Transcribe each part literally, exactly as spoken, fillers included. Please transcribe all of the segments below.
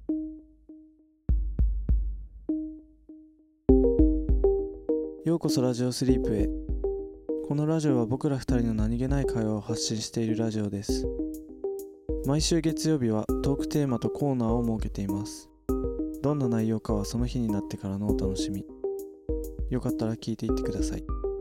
ようこそラジオスリープへ。このラジオは僕らふたりの何気ない会話を発信しているラジオです。毎週月曜日はトークテーマとコーナーを設けています。どんな内容かはその日になってからのお楽しみ。よかったら聞いていってください。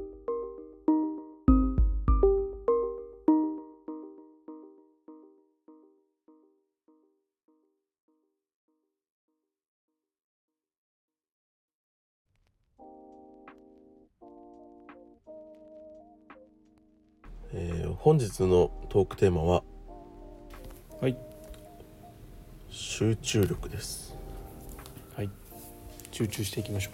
えー、本日のトークテーマははい集中力です。 はい集中していきましょ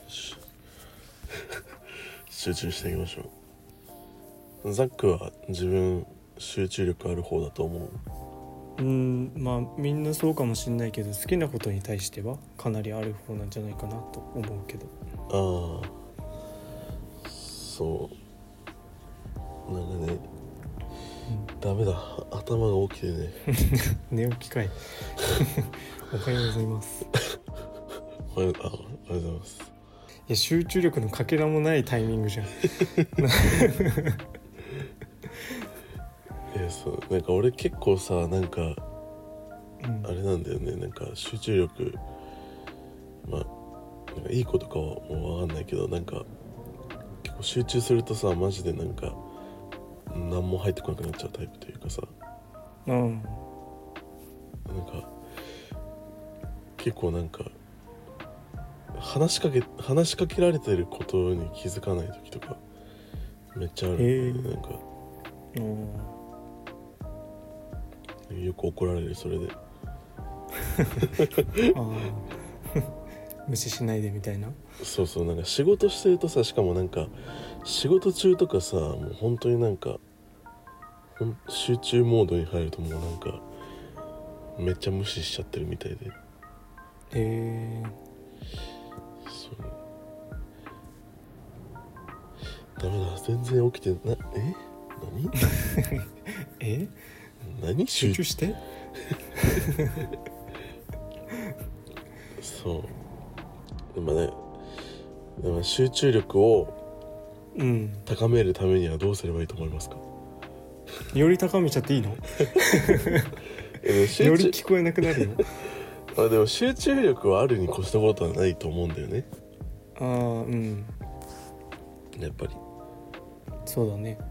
集中していきましょう。ザックは自分集中力ある方だと思う。うーんまあみんなそうかもしれないけど、好きなことに対してはかなりある方なんじゃないかなと思うけど。 う。ああそうなんかね、うん、ダメだ頭が起きてね寝起きかいおはようございますおはよう、あ、おはようございます。 いや集中力のかけらもないタイミングじゃんいやそうなんか俺結構さなんか、うん、あれなんだよね、なんか集中力まあなんかいいことかはもう分かんないけど、なんか結構集中するとさマジでなんか何も入ってこなくなっちゃうタイプというかさ、 うん、 なんか結構なんか話しかけ話しかけられてることに気づかない時とかめっちゃある、ね、 えー、 なんか、 うん、 よく怒られるそれであ無視しないでみたいな。 そうそう、なんか仕事してるとさ、しかもなんか仕事中とかさ、もう本当になんか集中モードに入るともうなんかめっちゃ無視しちゃってるみたいで。 へえー、 そうダメだ全然起きてなえ何え何集中してそうでもね、でも集中力を高めるためにはどうすればいいと思いますか？ うん、より高めちゃっていいのより聞こえなくなるよあでも集中力はあるに越したことはないと思うんだよね。 ああうんやっぱりそうだね。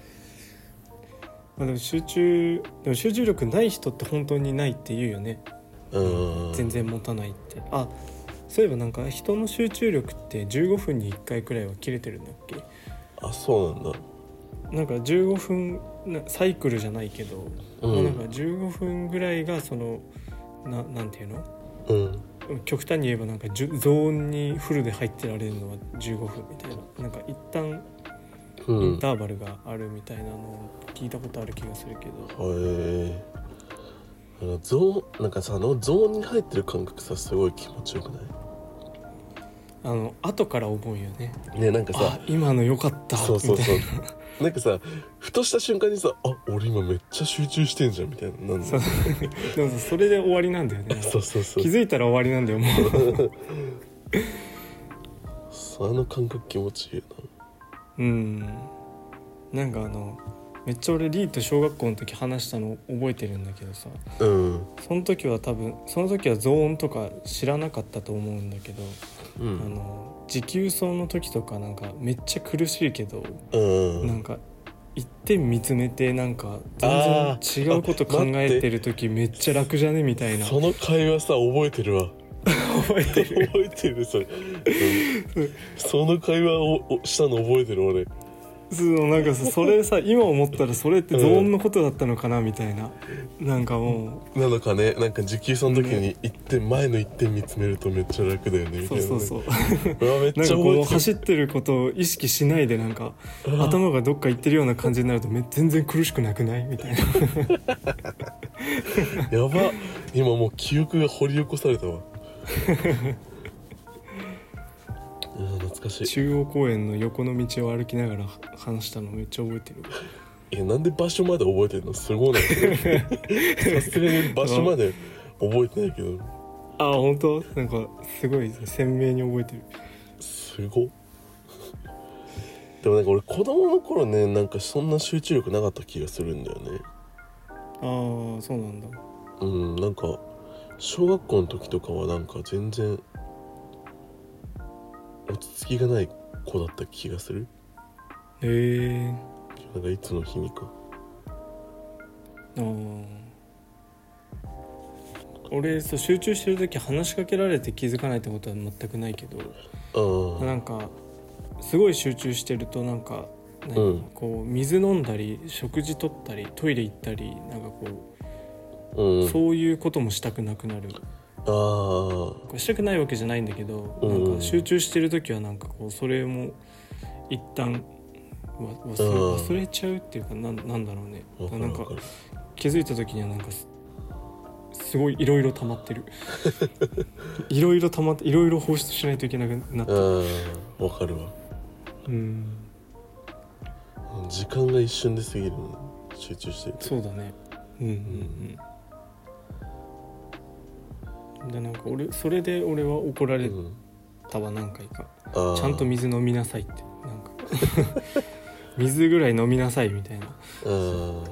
まあ、でも集中でも集中力ない人って本当にないって言うよね。 うん全然持たないって。あそういえばなんか人の集中力ってじゅうごふんにいっかいくらいは切れてるんだっけ？ あそうなんだ。 なんかじゅうごふんサイクルじゃないけど、 うん、 まあ、なんかじゅうごふんぐらいがその な, なんていうの、 うん、 極端に言えばなんかゾーンにフルで入ってられるのはじゅうごふんみたいな、なんか一旦インターバルがあるみたいなのを聞いたことある気がするけど、 うん、へえなんかゾーンなんかさあのゾーンに入ってる感覚さすごい気持ちよくない？ あの後から思うよね。 ねなんかさあ今の良かったそうそうそうみたいななんかさふとした瞬間にさあ俺今めっちゃ集中してんじゃんみたいな、なんだそうでもそれで終わりなんだよねそうそうそう気づいたら終わりなんだよもうあの感覚気持ちいいよな。うんなんかあのめっちゃ俺リーと小学校の時話したの覚えてるんだけどさ、 な。うんその時は多分その時はゾーンとか知らなかったと思うんだけど、 うん、 あの持久走の時とかなんかめっちゃ苦しいけど、 うん、 なんか一点見つめてなんか全然違うこと考えてる時めっちゃ楽じゃねみたいな。 その会話さ覚えてるわ覚えてる覚えてるそれ、うん、その会話をしたの覚えてる俺。 そうなんかさそれさ今思ったらそれってゾーンのことだったのかなみたいな、うん、なんかもうなのかね、なんか持久走の時に一点、前の一点見つめるとめっちゃ楽だよねみたいな、ね、 そうそうそううわめっちゃ覚えてる。なんかこう走ってることを意識しないでなんか頭がどっか行ってるような感じになるとめ全然苦しくなくないみたいなやば今もう記憶が掘り起こされたわ懐かしい。 中央公園の横の道を歩きながら話したのめっちゃ覚えてる。 えなんで場所まで覚えてるのすごいなさすがに場所まで覚えてないけどああ本当なんかすごい鮮明に覚えてる。 すごっ。でもなんか俺子供の頃ねなんかそんな集中力なかった気がするんだよね。 ああそうなんだ。 うんなんか小学校の時とかはなんか全然落ち着きがない子だった気がする。 へえ。 なんかいつの日にか。 ああ俺そう集中してる時話しかけられて気づかないってことは全くないけど、 あなんかすごい集中してるとなんか何、 うんこう水飲んだり食事取ったりトイレ行ったりなんかこあ、うん、 うそういうこともしたくなくなる。 ああ、 こうしたくないわけじゃないんだけど、 うんなんか集中してる時はなんかこうそれも一旦わ忘れ、 うん忘れちゃうっていうかな、なんだろうね。 わかなんかるわかる。 気づいた時にはなんかすすごいいろいろ溜まってるいろいろ溜まっていろいろ放出しないといけなくなってる。 ああ、わかるわ。 うん時間が一瞬で過ぎるの集中してると。 そうだね。うんうんうん。でなんか俺それで俺は怒られうん、 たわ何回か。 あちゃんと水飲みなさいってなんか水ぐらい飲みなさいみたいな。 あ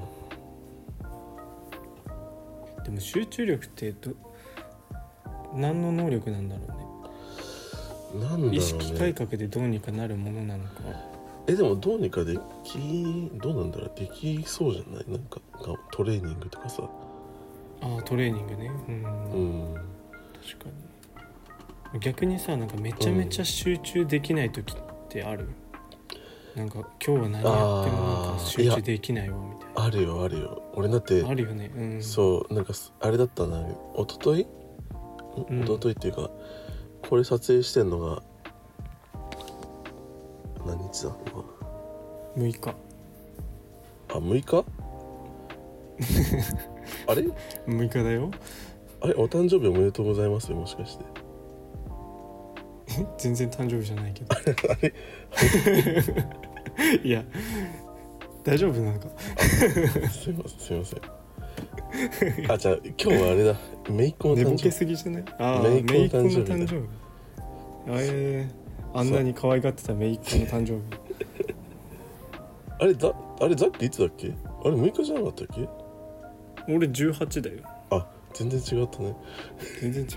でも集中力ってど何の能力なんだろうね。 ーなんだろうね。 意識改革でどうにかなるものなのか。 えでもどうにかできどうなんだろう、できそうじゃない？なんかトレーニングとかさ。 ああトレーニングね。うん、 うん確かに。逆にさなんかめちゃめちゃ集中できない時ってある？うん、なんか今日は何やってもなんか集中できないわみたいな。 あるよあるよ。俺だってあるよね。うん、 そうなんかあれだったな、一昨日うん一昨日っていうか、これ撮影してんのが何日だ今。 むいか。 あむいかあれむいかだよ。 あれお誕生日おめでとうございますよ、もしかして。 全然誕生日じゃないけどあれいや大丈夫なのかすいませんすいません。あじゃあ今日はあれだ、姪っ子の寝ぼけ誕生日。 すぎじゃない？ああ姪っ子の姪っ子の誕生日だ誕生日。えー、あんなに可愛がってた姪っ子の誕生日。 あれだあれザックいつだっけ？あれむいかじゃなかったっけ？ 俺じゅうはちだよ。 あ全然違ったね。 全然違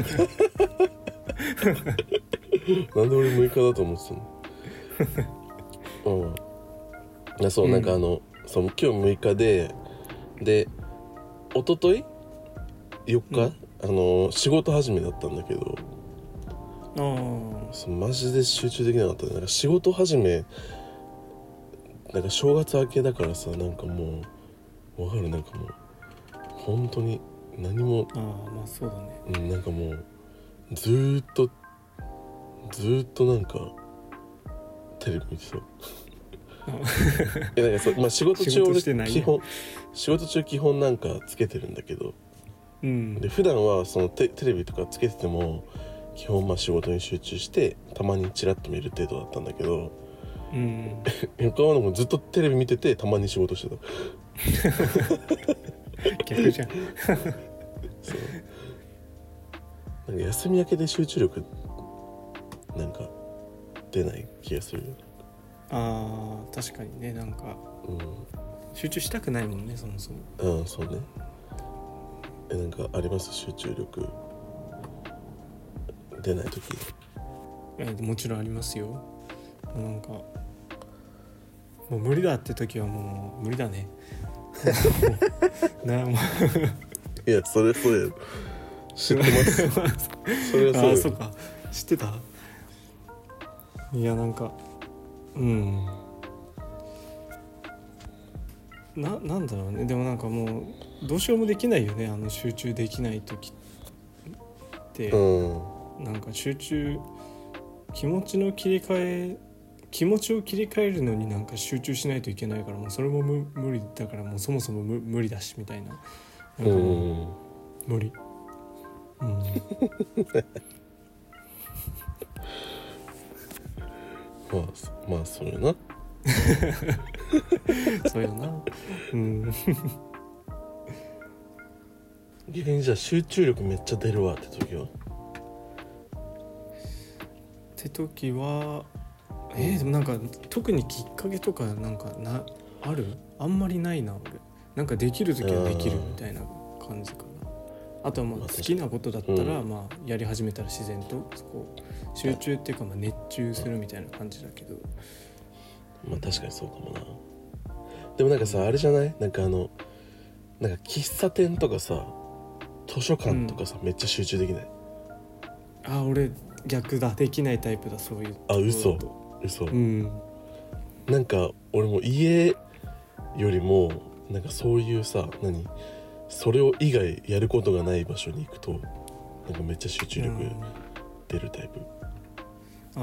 うなんで俺むいかだと思ってたの。うんいやそう、うん、なんかあのそう今日むいかでで一昨日よっか、うん、あの仕事始めだったんだけど、 あそうマジで集中できなかったね。なんか仕事始めなんか正月明けだからさ、なんかもうわかる、なんかもう本当に何も、 ああまあそうだね、 うん、なんかもうずーっとずーっとなんかテレビ見てそういやなんかそう、まあ、仕事中俺基本仕事中基本なんかつけてるんだけど、 うん、 で普段はその テ, テレビとかつけてても基本まあ仕事に集中してたまにチラッと見る程度だったんだけど、 うん、 横浜のもずっとテレビ見ててたまに仕事してた逆じゃんそうなんか休み明けで集中力なんか出ない気がする。 あー確かにね、なんか、うん、集中したくないもんねそもそも。 うんそうね。えなんかあります？集中力出ない時。 えもちろんありますよ。なんかもう無理だって時はもう無理だねなもいやそれそうや知ってますそれはそうよ。 あそうか知ってた。いやなんかうんな、なんだろうね。でもなんかもうどうしようもできないよね、あの集中できない時って、うん、なんか集中気持ちの切り替え気持ちを切り替えるのになんか集中しないといけないから、もうそれも 無, 無理だからもうそもそも 無, 無理だしみたいな、なんかもう無理、うん、 まあまあそうよなそうよな、うん、 逆にじゃあ集中力めっちゃ出るわって時はって時はえー、でもなんか特にきっかけとかなんかなある？あんまりないな俺。なんかできる時はできるみたいな感じかな。あとはまあ好きなことだったら、うん、まあやり始めたら自然とそこ集中っていうかまあ熱中するみたいな感じだけど、 まあ確かにそうかもな。でもなんかさ、あれじゃない？なんかあのなんか喫茶店とかさ図書館とかさ、うん、めっちゃ集中できない？ あ、俺逆だ、できないタイプだ、そういう。 あ、嘘嘘、 うん、 なんか俺も家よりもなんかそういうさ、何それを以外やることがない場所に行くとなんかめっちゃ集中力出るタイプ。 うん、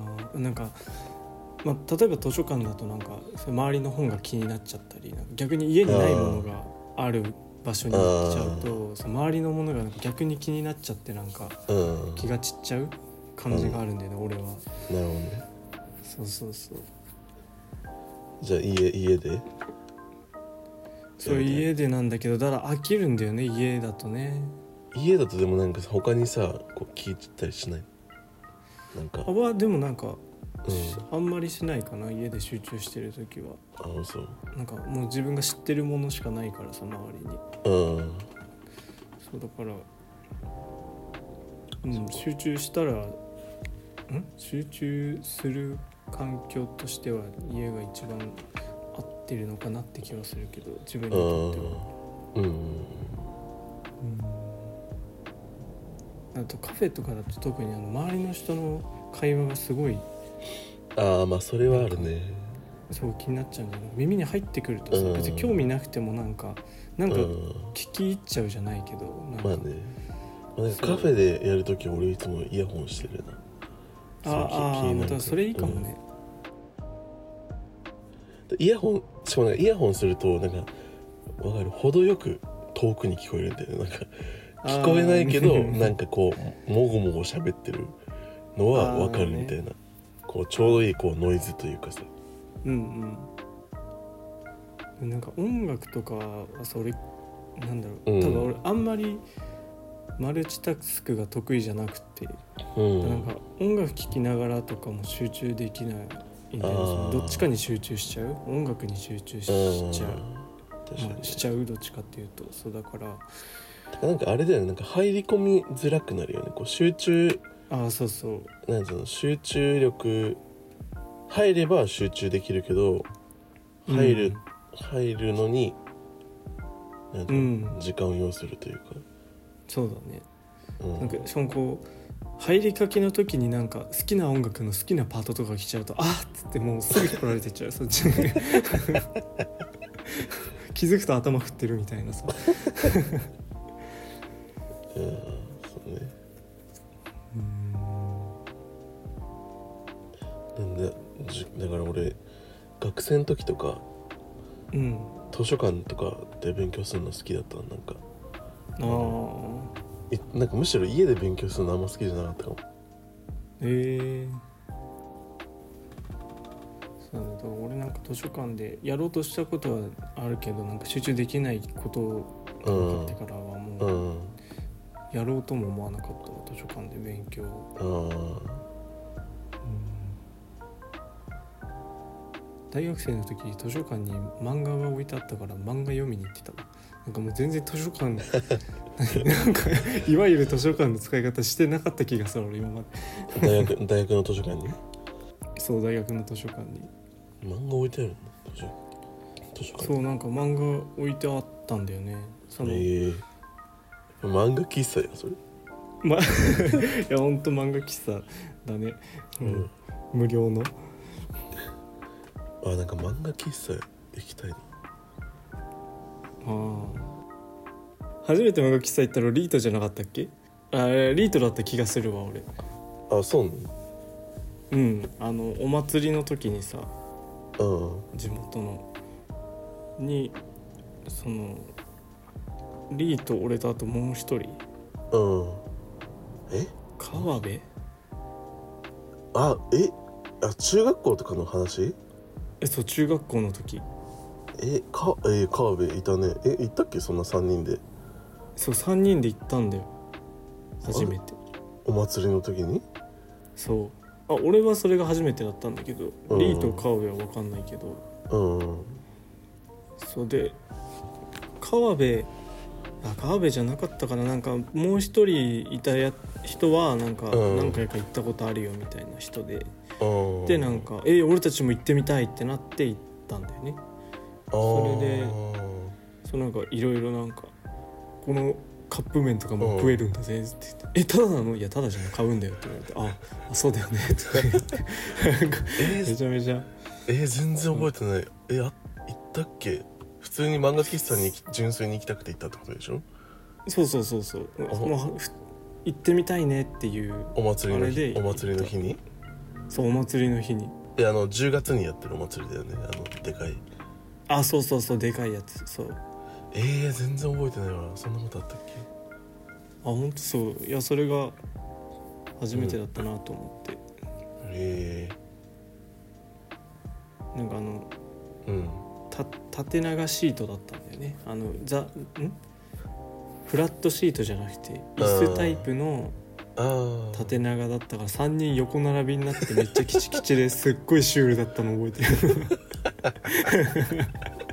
あー、なんか、まあ、例えば図書館だとなんか周りの本が気になっちゃったり、なんか逆に家にないものがある場所に行っちゃうと、その周りのものがなんか逆に気になっちゃってなんか気が散っちゃう感じがあるんだよね、うん、俺は。なるほどね。 そうそうそう。 じゃあ家家でそう家でなんだけど、だから飽きるんだよね家だとね。 家だとでもなんか他にさこう聞いたりしない？なんかあはでもなんか、うん、あんまりしないかな、家で集中してる時は。 あ、そう。 なんかもう自分が知ってるものしかないからさ、周りに。 うん。 そうだから、うん、集中したらん集中する環境としては家が一番合ってるのかなって気はするけど、自分にとっては。うん、うん、あとカフェとかだと特にあの周りの人の会話がすごい、 ああ、まあそれはあるね。 そう気になっちゃうんだけど、耳に入ってくるとさ、別に興味なくてもなんかなんか聞き入っちゃうじゃないけど、なんかまあね、まあ、なんかカフェでやるとき俺いつもイヤホンしてるな。 ああ、またそれいいかもね、 うん、イヤホン、しかもなんかイヤホンするとなんかわかる、程よく遠くに聞こえるんだよね。なんか聞こえないけどなんかこうもごもご喋ってるのはわかるみたいな、ね、こうちょうどいいこうノイズというかさ。 うんうん。なんか音楽とかはさ、俺なんだろう、多分俺あんまりマルチタスクが得意じゃなくて、うん、なんか音楽聴きながらとかも集中できないんで、どっちかに集中しちゃう、音楽に集中しちゃう、まあ、しちゃうどっちかっていうと、そうだからなんかあれだよね、なんか入り込みづらくなるよね、こう集中、 あ、そうそう、 なんていうの、集中力入れば集中できるけど入る、うん、入るのになんていうの、うん、時間を要するというか。そうだね、うん、 なんかしかもこう入りかけの時になんか好きな音楽の好きなパートとか来ちゃうと、あっつってもうすぐ引っ張られてっちゃうそっちに気づくと頭振ってるみたいなさうん、そうね。うん、なんでだから俺学生の時とか、うん、図書館とかで勉強するの好きだったの。なんかあ、なんかむしろ家で勉強するのあんま好きじゃなかったかも。へえ。 そうだ、俺なんか図書館でやろうとしたことはあるけど、なんか集中できないことが分かってからはもう、うん、やろうとも思わなかった図書館で勉強。あ、うん、大学生の時図書館に漫画が置いてあったから漫画読みに行ってた。なんかもう全然図書館なんかいわゆる図書館の使い方してなかった気がする俺今まで。 大学大学の図書館に。 そう、大学の図書館に漫画置いてあるの？図書図書館。 そう、なんか漫画置いてあったんだよね。その、えー、漫画喫茶やそれ。 ま、いやほんと漫画喫茶だね、うん、無料の。 あ、なんか漫画喫茶行きたいな。 ああ、初めて漫画喫茶行ったのリートじゃなかったっけ？あ、リートだった気がするわ俺。 あ、そうなの？ うん、あのお祭りの時にさ、 うん、 地元のにそのリート俺とあともう一人、 うん、え？ 川辺？ あ、え？あ、中学校とかの話？ え、そう、中学校の時。 え、か、えー、川辺いたね。え、行ったっけそんなさんにんで。 そうさんにんで行ったんだよ初めて。 お祭りの時に？ そうあ俺はそれが初めてだったんだけど、 うん、 リーと川辺は分かんないけど、 うん、 そうで川辺あ川辺じゃなかったかな、なんかもう一人いたや人はなんか何回か行ったことあるよみたいな人で、 うん、 でなんかえ俺たちも行ってみたいってなって行ったんだよね。それでそうなんかいろいろなんかこのカップ麺とかも食えるんだぜって言って、うん、えただなの？いやただじゃない買うんだよって言われて、ああそうだよねって言ってなんかめちゃめちゃえー、全然覚えてない、うん、えあ行ったっけ？普通に漫画喫茶に純粋に行きたくて行ったってことでしょ？ そうそうそうそう、もう行ってみたいねっていうお祭りの日、お祭りの日に？ そうお祭りの日に。 であのじゅうがつにやってるお祭りだよね、あのでかい。 あそうそうそうでかいやつ。そうえー、全然覚えてないわ。そんなことあったっけ？ あ本当そう。いやそれが初めてだったなと思って、 うん、へえーなんかあのうんた縦長シートだったんだよね。あのザんフラットシートじゃなくて椅子タイプの縦長だったからさんにん横並びになってめっちゃキチキチですっごいシュールだったの覚えてる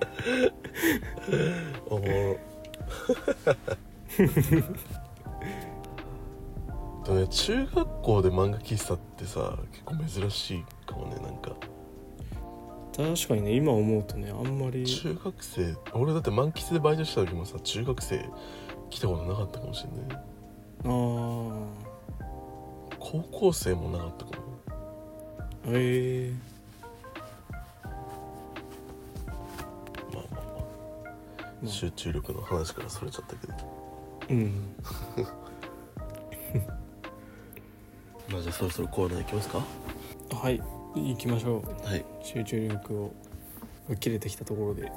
おもろでもね、中学校で漫画喫茶ってさ結構珍しいかもね。なんか確かにね今思うとねあんまり。 中学生俺だって満喫でバイトした時もさ中学生来たことなかったかもしれない。 あ高校生もなかったかも。 へえー、まあまあまあ、まあ、集中力の話からそれちゃったけどうんまあじゃあそろそろコーナー行きますか。 はい行きましょう。 はい、 集中力を切れてきたところで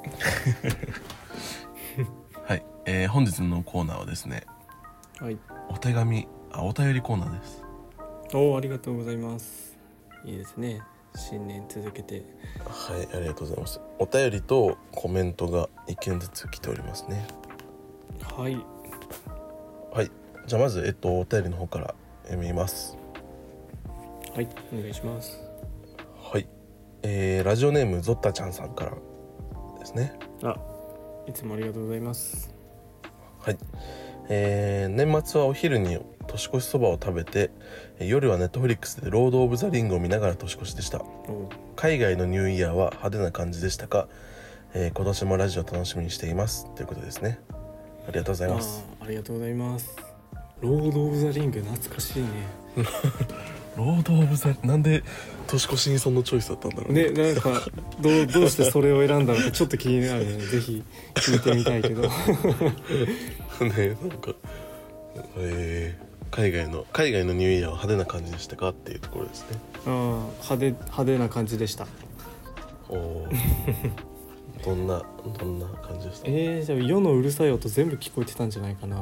はい、えー、本日のコーナーはですね、 はい、 お手紙あお便りコーナーです。 おーありがとうございます。いいですね新年続けて。 はいありがとうございます。お便りとコメントがいっけんずつ来ておりますね。 はいはいじゃあまずえっとお便りの方から読みます。 はいお願いします。 はい、えー、ラジオネームゾッタちゃんさんからですね。 あいつもありがとうございます。 はい、えー、年末はお昼に年越しそばを食べて夜はネットフリックスでロードオブザリングを見ながら年越しでした。海外のニューイヤーは派手な感じでしたか？えー、今年もラジオ楽しみにしていますということですね。ありがとうございます。 あ, ありがとうございます。ロードオブザリング懐かしいねロードオブザなんで年越しにそんなチョイスだったんだろうね。 ねなんかど う, どうしてそれを選んだのかちょっと気になるねぜひ聞いてみたいけどねなんか、えー、海外の海外のニューイヤーは派手な感じでしたかっていうところですね。 あ派手派手な感じでした。 おどんなどんな感じでした？ えー、じゃあ世のうるさい音全部聞こえてたんじゃないかな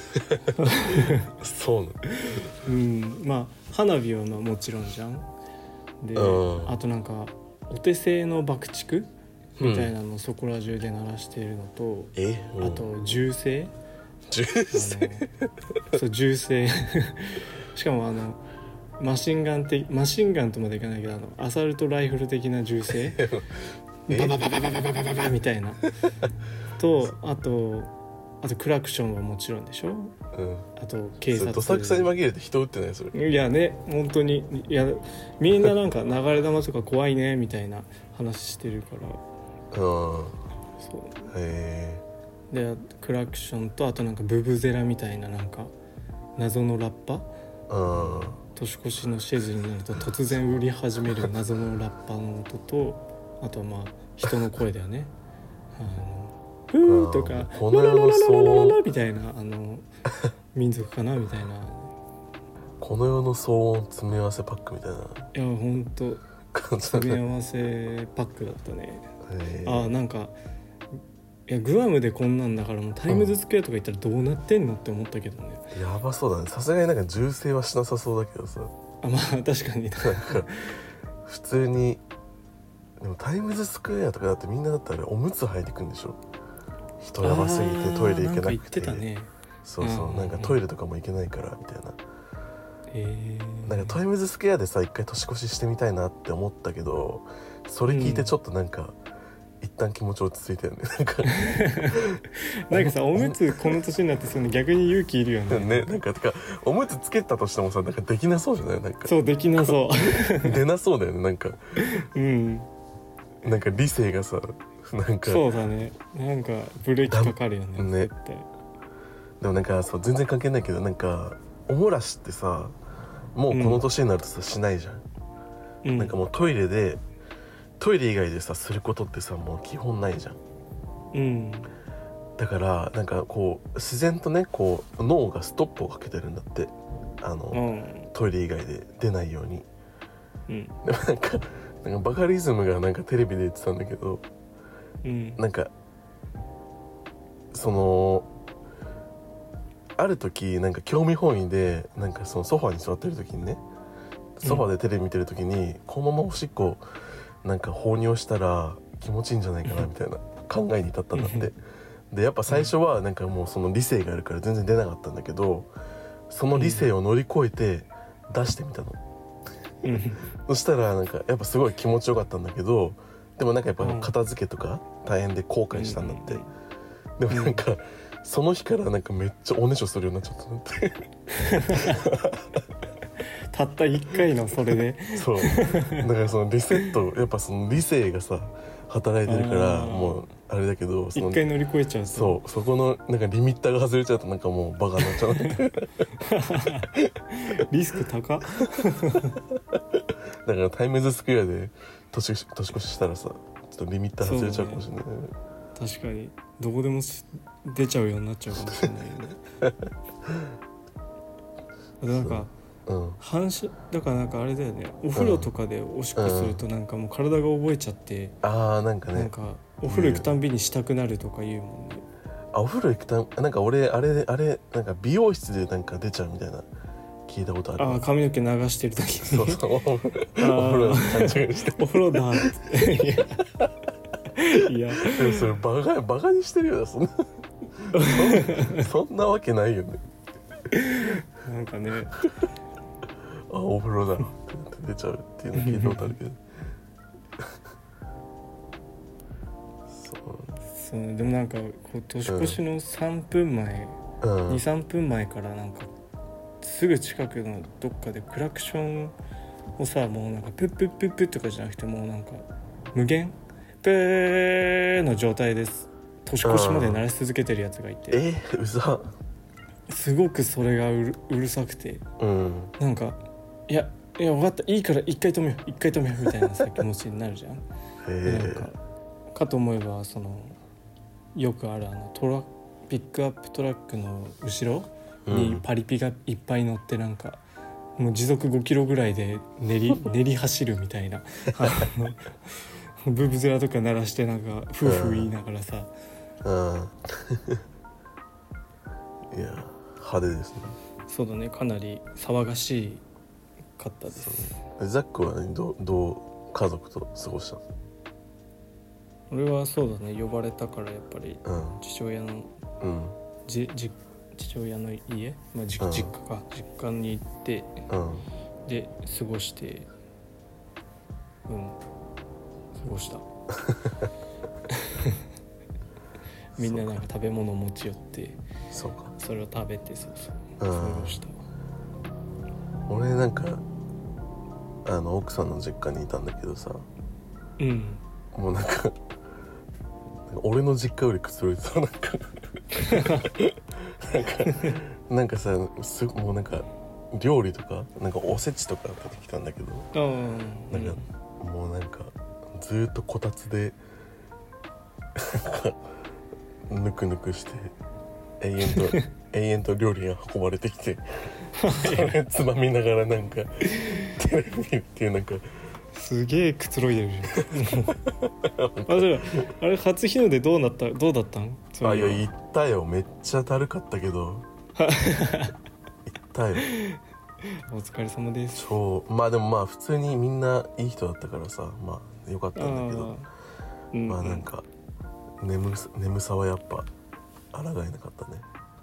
そうなのうんまあ花火はまあもちろんじゃんで、うん、あとなんかお手製の爆竹みたいなのをそこら中で鳴らしているのと、うん、 えうん、 あと銃声銃声そう銃声しかもあのマシンガン的マシンガンとまでいかないけどあのアサルトライフル的な銃声ババババババババババみたいなとあとあとクラクションはもちろんでしょ、うん、あと警察どさくさに紛れて人撃ってないそれ。 いやね本当にいやみんななんか流れ弾とか怖いねみたいな話してるからそうへでクラクションとあとなんかブブゼラみたいななんか謎のラッパ年越しのシェズになると突然売り始める謎のラッパの音とあとはまあ人の声だよねあのふーとかララララララララみたいなあの民族かなみたいなこの世の騒音詰め合わせパックみたいな。いやほんと詰め合わせパックだったね。あなんかいやグアムでこんなんだからもうタイムズスクエアとか行ったらどうなってんのって思ったけどね、 うん、やばそうだね。さすがになんか銃声はしなさそうだけどさ。 あまあ確かに普通にでもタイムズスクエアとかだってみんなだったらおむつ履いてくんでしょ。人やばすぎてトイレ行けなくてなんか言ってたね。 そうそう、 うん、 なんかトイレとかも行けないからみたいな、 えー、 なんかタイムズスクエアでさ一回年越ししてみたいなって思ったけど、それ聞いてちょっとなんか、うん、一旦気持ち落ち着いたよね。なんかなんかさおむつこの年になってするの逆に勇気いるよね。 ね、なんかてかおむつつけたとしてもさなんかできなそうじゃない？なんかそうできなそう出なそうだよねなんかうんなんか理性がさなんかそうだね、なんかブレーキかかるよねね。 絶対。 でもなんかそう全然関係ないけどなんかおもらしってさもうこの年になるとさ、うん、しないじゃん、うん、なんかもうトイレでトイレ以外でさすることってさもう基本ないじゃん、うん、だからなんかこう自然とねこう脳がストップをかけてるんだってあの、うん、トイレ以外で出ないように、うん、でもなんかなんかバカリズムがなんかテレビで言ってたんだけど、うん、なんかそのある時なんか興味本位でなんかそのソファに座ってる時にねソファでテレビ見てる時に、うん、このままおしっこなんか放尿したら気持ちいいんじゃないかなみたいな考えに至ったんだってでやっぱ最初はなんかもうその理性があるから全然出なかったんだけどその理性を乗り越えて出してみたの、うん、そしたらなんかやっぱすごい気持ちよかったんだけどでもなんかやっぱ片付けとか大変で後悔したんだって、でもなんかその日からなんかめっちゃおねしょするようになっちゃったんだってたったいっかいのそれでそうだからそのリセットやっぱその理性がさ働いてるからもうあれだけど一回乗り越えちゃうとそうそこのなんかリミッターが外れちゃうとなんかもうバカになっちゃうリスク高っだからタイムズスクエアで年年越ししたらさちょっとリミッター外れちゃうかもしれない、ね、 確かにどこでも出ちゃうようになっちゃうかもしれないよねなんかうん、反射だからなんかあれだよねお風呂とかでおしっこするとなんかもう体が覚えちゃって、 うん、ああなんかねなんかお風呂行くたんびにしたくなるとか言うもんね、 うん、あお風呂行くたんなんか俺あれあれなんか美容室でなんか出ちゃうみたいな聞いたことあるあ髪の毛流してる時にそうそうお風呂勘違いしてお風呂だっていやでもそれバカバカにしてるよそんなそんなわけないよねなんかねあお風呂だって出ちゃうっていうの聞いたことあるけどそうそうでもなんかこう年越しのさんぷんまえ、うん、にさんぷんまえからなんかすぐ近くのどっかでクラクションをさもうなんかプップップップッとかじゃなくてもうなんか無限プーの状態です年越しまで鳴らし続けてるやつがいて、 うん、えー、うざすごくそれがう る, うるさくて、うん、なんかいやいや分かったいいから一回止めよう一回止めようみたいなさ気持ちになるじゃんなんかかと思えばそのよくあるあのトラピックアップトラックの後ろにパリピがいっぱい乗ってなんか、うん、もう時速ごキロぐらいで練り練り走るみたいなブブゼラとか鳴らしてなんかフーフー言いながらさ、うんうん、 いや派手ですね。 そうだねかなり騒がしいかったです。 ザックは、ね、ど, どう家族と過ごしたの？ 俺はそうだね呼ばれたからやっぱり父親の、うん、じじ父親の家、まあ、じ、うん、実家か実家に行って、うん、で過ごしてうん過ごしたみんななんか食べ物持ち寄ってそうかそれを食べてそうそう過ごした。 俺なんかあの奥さんの実家にいたんだけどさ、うん、もうなんか俺の実家よりくつろいでさなんかなんかなんかさすもうなんか料理とかなんかおせちとか出てきたんだけど、うん、なんかもうなんかずっとこたつでぬくぬくして永遠と永遠と料理が運ばれてきてそれつまみながらなんかテレビ見るっていうなんかすげえくつろいでるじゃんあ, じゃあ, あれ初日の出どうなったどうだったん？ あいや行ったよめっちゃだるかったけど行ったよお疲れ様です。 そうまあでもまあ普通にみんないい人だったからさまあよかったんだけどあ、うん、まあなんか 眠, 眠さはやっぱ抗えなかったね。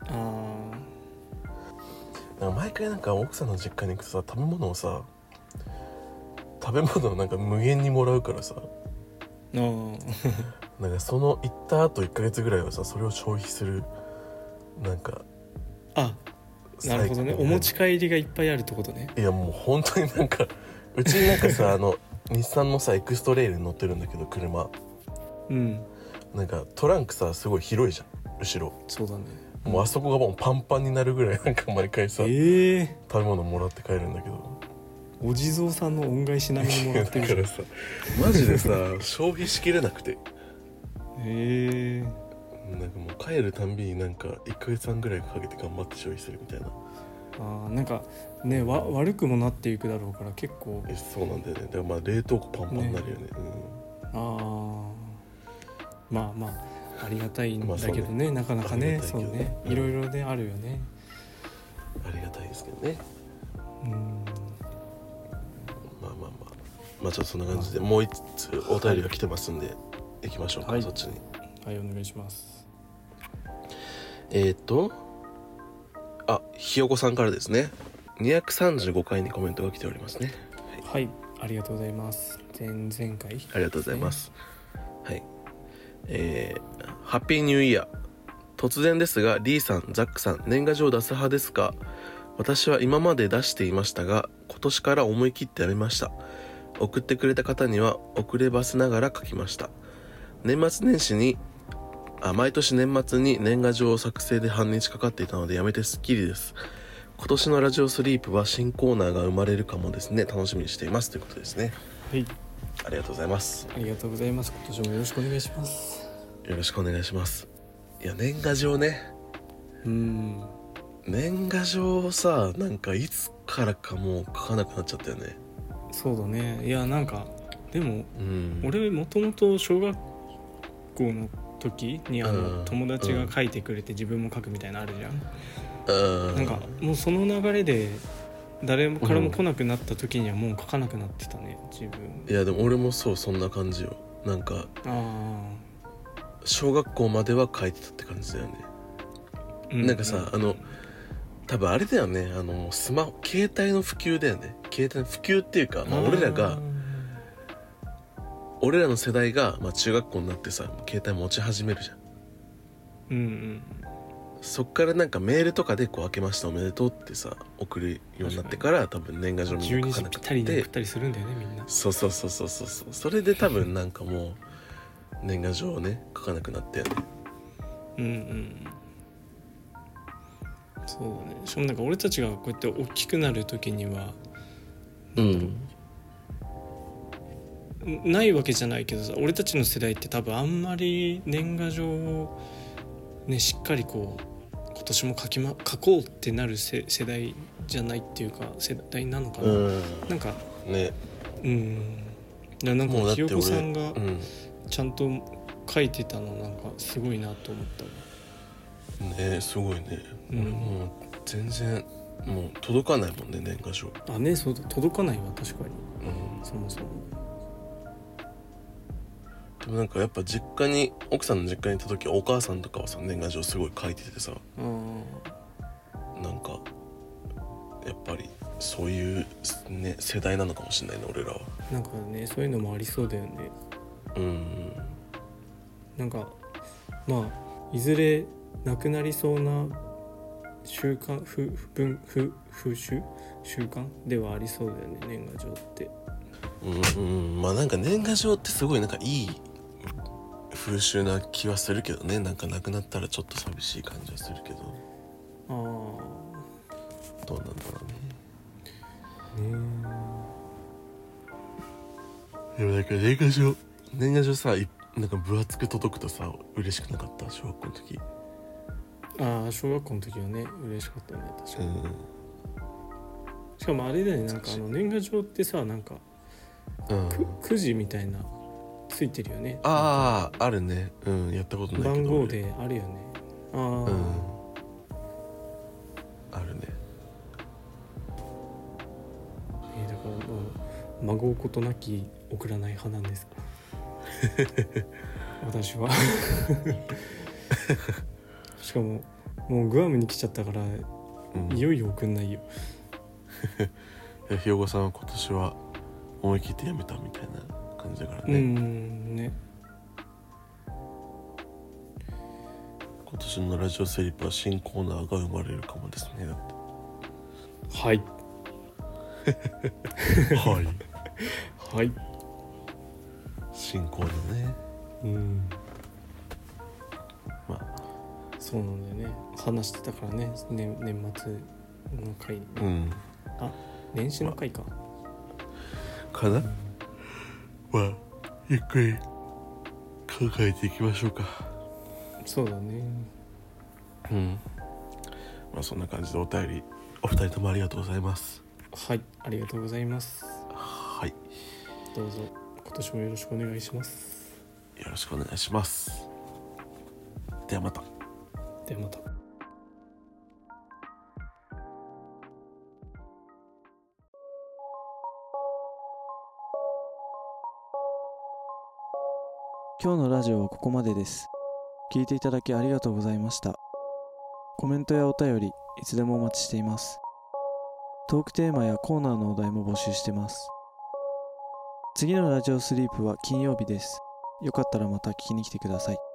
あなんか毎回なんか奥さんの実家に行くとさ、食べ物をさ食べ物をなんか無限にもらうからさ、 あなんかその行った後いっかげつぐらいはさ、それを消費するなんかあなるほどね、お持ち帰りがいっぱいあるってことね。 いやもう本当になんかうちになんかさあの日産のさエクストレイルに乗ってるんだけど車、 うんなんかトランクさすごい広いじゃん後ろ。 そうだね。 もうあそこがもうパンパンになるぐらいなんか毎回さ、 ええー、 食べ物もらって帰るんだけど、 お地蔵さんの恩返し並みにもらってるじゃん。 だからさマジでさ消費しきれなくて、 へえー、 なんかもう帰るたんびになんかいっかげつはんぐらいかけて頑張って消費するみたいな。 あなんかねわ悪くもなっていくだろうから結構。 えそうなんだよね。だからまあ冷凍庫パンパンになるよね。ねうん、ああまあまあありがたいんだけどね、まあ、なかなかねそうね、いろいろねあるよね。 ありがたいですけどね。 うんまあまあまあまあちょっとそんな感じで、もう一つお便りが来てますんで、行きましょうか、はい、そっちに。 はいお願いします。 えー、っとあひよこさんからですね。にひゃくさんじゅうごかいにコメントが来ておりますね。 はい、はい、ありがとうございます。前々回、ね、 ありがとうございます。はいえー、ハッピーニューイヤー。突然ですがリーさん、ザックさん、年賀状出す派ですか？私は今まで出していましたが、今年から思い切ってやめました。送ってくれた方には遅ればせながら書きました。年末年始にあ毎年年末に年賀状作成で半日かかっていたのでやめてすっきりです。今年のラジオスリープは新コーナーが生まれるかもですね。楽しみにしていますということですね。 はいありがとうございます。 ありがとうございます。今年もよろしくお願いします。 よろしくお願いします。いや年賀状ね、 うん年賀状さ、なんかいつからかもう書かなくなっちゃったよね。 そうだね。いやなんかでも、 うん、 俺もともと小学校の時にあの、 うん、 友達が書いてくれて自分も書くみたいなのあるじゃん、 うん、 なんかもうその流れで誰からも来なくなった時にはもう書かなくなってたね自分。 いやでも俺もそうそんな感じよ。なんかあ小学校までは書いてたって感じだよね、うん、なんかさ、うん、あの多分あれだよね、あのスマホ携帯の普及だよね。携帯の普及っていうか、まあ、俺らが俺らの世代が、まあ、中学校になってさ携帯持ち始めるじゃん。 うんうんそっからなんかメールとかでこう明けましたおめでとうってさ送るようになってから多分年賀状みんな書かなくて、じゅうにじぴったりに送ったりするんだよねみんな。そうそうそうそうそうそう。それで多分なんかもう年賀状をね書かなくなったよね。 うんうんそうだね。しかもなんか俺たちがこうやって大きくなる時にはうんないわけじゃないけどさ、俺たちの世代って多分あんまり年賀状をねしっかりこう今年も書きま書こうってなる世代じゃないっていうか世代なのかな。うんなんかねうんだなんかひよこさんがちゃんと書いてたのなんかすごいなと思ったわ。 ねすごいね、うん、俺もう全然もう届かないもんね年賀状。 あねそう届かないわ確かに、 うん、 そもそも。 でもなんかやっぱ実家に奥さんの実家にいた時はお母さんとかはさ年賀状すごい書いててさ、 うん、 なんかやっぱりそういう、ね、世代なのかもしれないね俺らは。 なんかねそういうのもありそうだよね。 うんなんかまあいずれなくなりそうな習慣ふ文ふ風習習慣ではありそうだよね年賀状って。 うんうんまあなんか年賀状ってすごいなんかいい風習な気はするけどね。なんかなくなったらちょっと寂しい感じはするけど。 ああどうなんだろうね。 ねでもなんか年賀状年賀状さなんか分厚く届くとさ嬉しくなかった小学校の時。 ああ小学校の時はね嬉しかったね確かに、うん、しかもあれだよねなんかあの年賀状ってさなんか、うん、く, くじみたいなついてるよね。 あああるね。うんやったことないけど番号であるよね。ああ、うん、 あるね。 えー、だからもう孫うことなき送らない派なんですか私はしかももうグアムに来ちゃったから、 うん、 いよいよ送んないよ。 ひよこさんは今年は思い切ってやめたみたいな感じだからね。 うんね。 今年のラジオスリップは新コーナーが生まれるかもですね。だってはいはいはい新コーナーね。 うんまあそうなんだよね。話してたからね、年, 年末の回に、ね、 うんあ年始の回か、 かな、まあゆっくり考えていきましょうか。 そうだね。 うんまあそんな感じでお便りお二人ともありがとうございます。 はい、ありがとうございます。 はい、 どうぞ今年もよろしくお願いします。 よろしくお願いします。ではまた。 ではまた。 今日のラジオはここまでです。聞いていただきありがとうございました。コメントやお便りいつでもお待ちしています。トークテーマやコーナーのお題も募集してます。次のラジオスリープは金曜日です。よかったらまた聞きに来てください。